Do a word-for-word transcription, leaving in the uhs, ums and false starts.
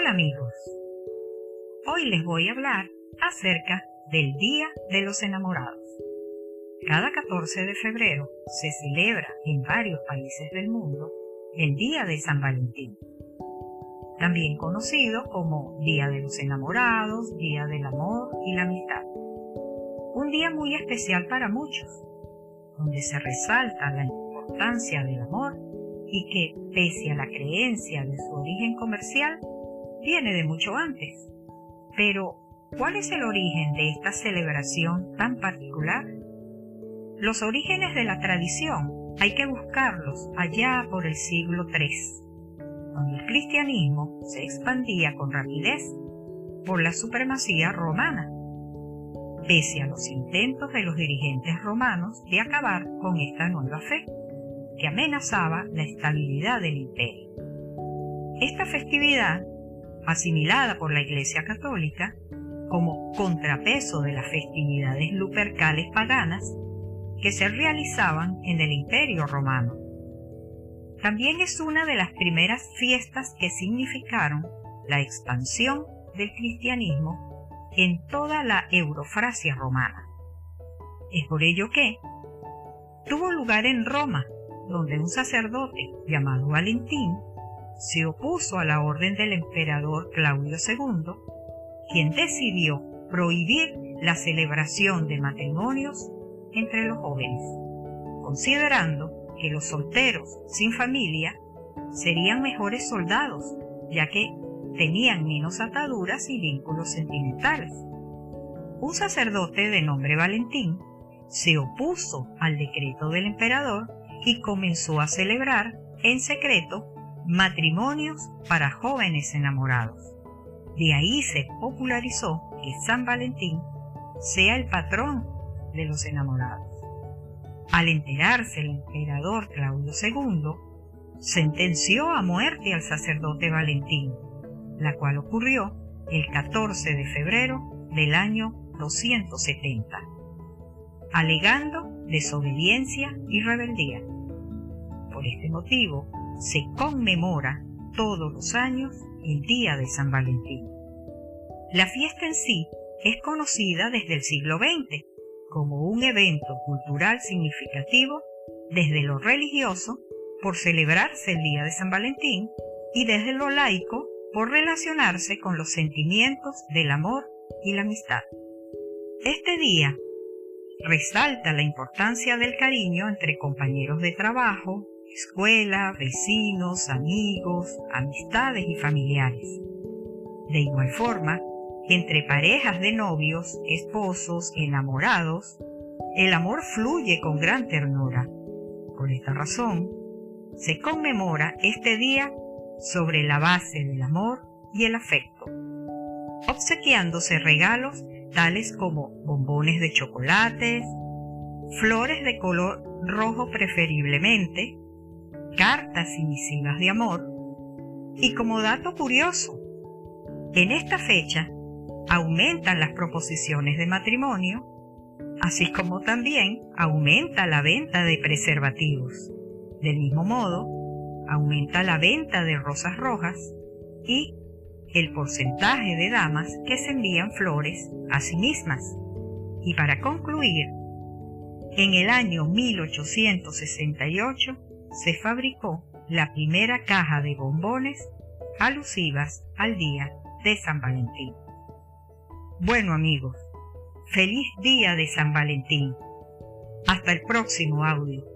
Hola amigos, hoy les voy a hablar acerca del Día de los Enamorados. Cada catorce de febrero se celebra en varios países del mundo el Día de San Valentín, también conocido como Día de los Enamorados, Día del Amor y la Amistad. Un día muy especial para muchos, donde se resalta la importancia del amor y que, pese a la creencia de su origen comercial, viene de mucho antes. Pero, ¿cuál es el origen de esta celebración tan particular? Los orígenes de la tradición hay que buscarlos allá por el siglo tercero, cuando el cristianismo se expandía con rapidez por la supremacía romana, pese a los intentos de los dirigentes romanos de acabar con esta nueva fe, que amenazaba la estabilidad del imperio. Esta festividad, asimilada por la Iglesia Católica como contrapeso de las festividades lupercales paganas que se realizaban en el Imperio Romano. También es una de las primeras fiestas que significaron la expansión del cristianismo en toda la Eurofrasia romana. Es por ello que tuvo lugar en Roma, donde un sacerdote llamado Valentín se opuso a la orden del emperador Claudio segundo, quien decidió prohibir la celebración de matrimonios entre los jóvenes, considerando que los solteros sin familia serían mejores soldados, ya que tenían menos ataduras y vínculos sentimentales. Un sacerdote de nombre Valentín se opuso al decreto del emperador y comenzó a celebrar en secreto matrimonios para jóvenes enamorados. De ahí se popularizó que San Valentín sea el patrón de los enamorados. Al enterarse el emperador Claudio segundo, sentenció a muerte al sacerdote Valentín, la cual ocurrió el catorce de febrero del año doscientos setenta, alegando desobediencia y rebeldía. Por este motivo, se conmemora todos los años el Día de San Valentín. La fiesta en sí es conocida desde el siglo veinte como un evento cultural significativo desde lo religioso por celebrarse el Día de San Valentín y desde lo laico por relacionarse con los sentimientos del amor y la amistad. Este día resalta la importancia del cariño entre compañeros de trabajo, escuela, vecinos, amigos, amistades y familiares. De igual forma, entre parejas de novios, esposos, enamorados, el amor fluye con gran ternura. Por esta razón, se conmemora este día sobre la base del amor y el afecto, obsequiándose regalos tales como bombones de chocolates, flores de color rojo preferiblemente, cartas y misivas de amor. Y como dato curioso, en esta fecha aumentan las proposiciones de matrimonio, así como también aumenta la venta de preservativos. Del mismo modo, aumenta la venta de rosas rojas y el porcentaje de damas que se envían flores a sí mismas. Y para concluir, en el año mil ochocientos sesenta y ocho se fabricó la primera caja de bombones alusivas al Día de San Valentín. Bueno amigos, feliz Día de San Valentín. Hasta el próximo audio.